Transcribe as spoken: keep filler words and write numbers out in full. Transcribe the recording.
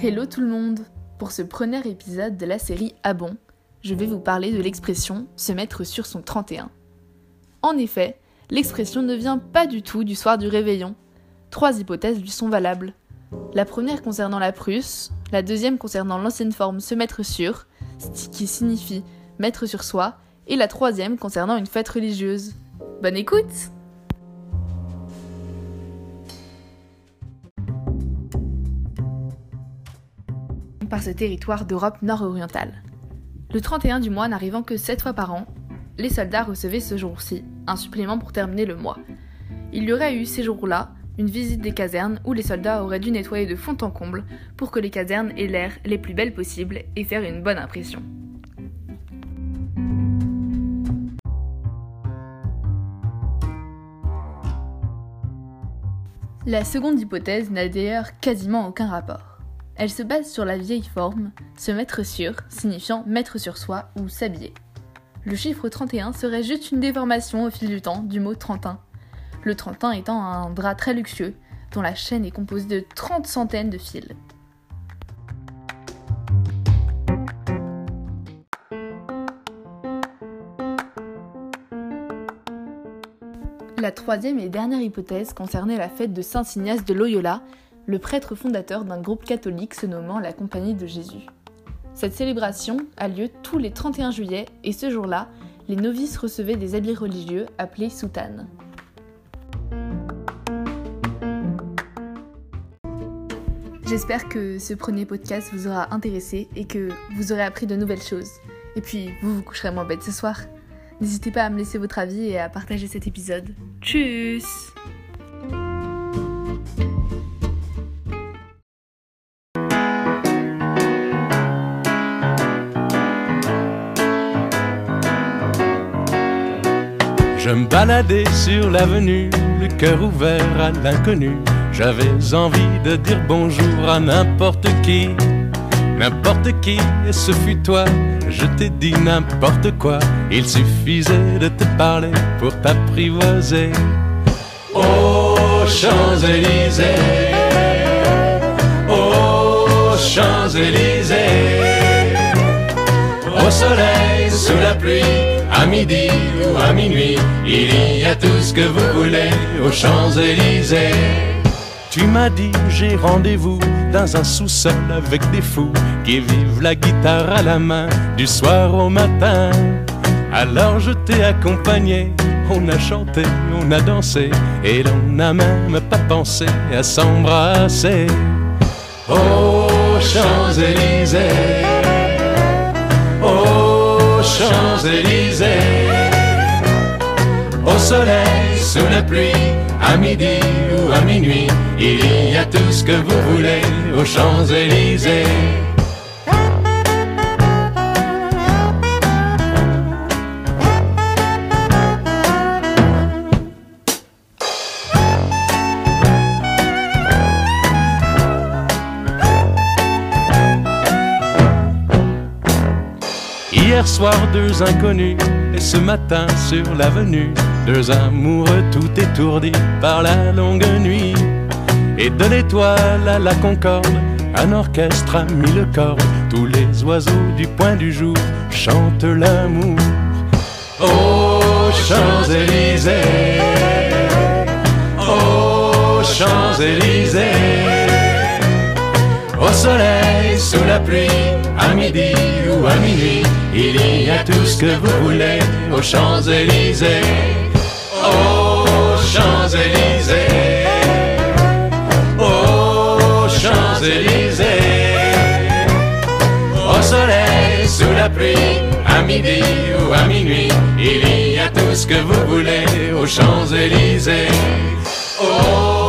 Hello tout le monde! Pour ce premier épisode de la série Ah bon, je vais vous parler de l'expression « se mettre sur son trente et un ». En effet, l'expression ne vient pas du tout du soir du réveillon. Trois hypothèses lui sont valables. La première concernant la Prusse, la deuxième concernant l'ancienne forme « se mettre sur », qui signifie « mettre sur soi », et la troisième concernant une fête religieuse. Bonne écoute! Par ce territoire d'Europe nord-orientale. Le trente et un du mois n'arrivant que sept fois par an, les soldats recevaient ce jour-ci un supplément pour terminer le mois. Il y aurait eu ces jours-là une visite des casernes où les soldats auraient dû nettoyer de fond en comble pour que les casernes aient l'air les plus belles possibles et faire une bonne impression. La seconde hypothèse n'a d'ailleurs quasiment aucun rapport. Elle se base sur la vieille forme « se mettre sur » signifiant « mettre sur soi » ou « s'habiller ». Le chiffre trente et un serait juste une déformation au fil du temps du mot trente et un. Le trente et un étant un drap très luxueux dont la chaîne est composée de trente centaines de fils. La troisième et dernière hypothèse concernait la fête de Saint Ignace de Loyola, le prêtre fondateur d'un groupe catholique se nommant la Compagnie de Jésus. Cette célébration a lieu tous les trente et un juillet et ce jour-là, les novices recevaient des habits religieux appelés soutanes. J'espère que ce premier podcast vous aura intéressé et que vous aurez appris de nouvelles choses. Et puis, vous vous coucherez moins bête ce soir. N'hésitez pas à me laisser votre avis et à partager cet épisode. Tchuss! Je me baladais sur l'avenue, le cœur ouvert à l'inconnu. J'avais envie de dire bonjour à n'importe qui, n'importe qui, et ce fut toi. Je t'ai dit n'importe quoi, il suffisait de te parler pour t'apprivoiser. Aux Champs-Élysées, aux Champs-Élysées, au soleil, sous la pluie, à midi ou à minuit, il y a tout ce que vous voulez aux Champs-Élysées. Tu m'as dit j'ai rendez-vous dans un sous-sol avec des fous qui vivent la guitare à la main du soir au matin. Alors je t'ai accompagné, on a chanté, on a dansé et l'on n'a même pas pensé à s'embrasser. Aux Champs-Élysées, aux Champs-Élysées, au soleil, sous la pluie, à midi ou à minuit, il y a tout ce que vous voulez aux Champs-Élysées. Hier soir, deux inconnus, et ce matin sur l'avenue, deux amoureux tout étourdis par la longue nuit. Et de l'étoile à la concorde, un orchestre a mis le corps. Tous les oiseaux du point du jour chantent l'amour. Aux Champs-Élysées, aux Champs-Élysées, au soleil, sous la pluie, à midi ou à minuit, il y a tout ce que vous voulez aux Champs-Élysées. Aux Champs-Élysées, aux Champs-Élysées, au soleil, sous la pluie, à midi ou à minuit, il y a tout ce que vous voulez aux Champs-Élysées. Oh,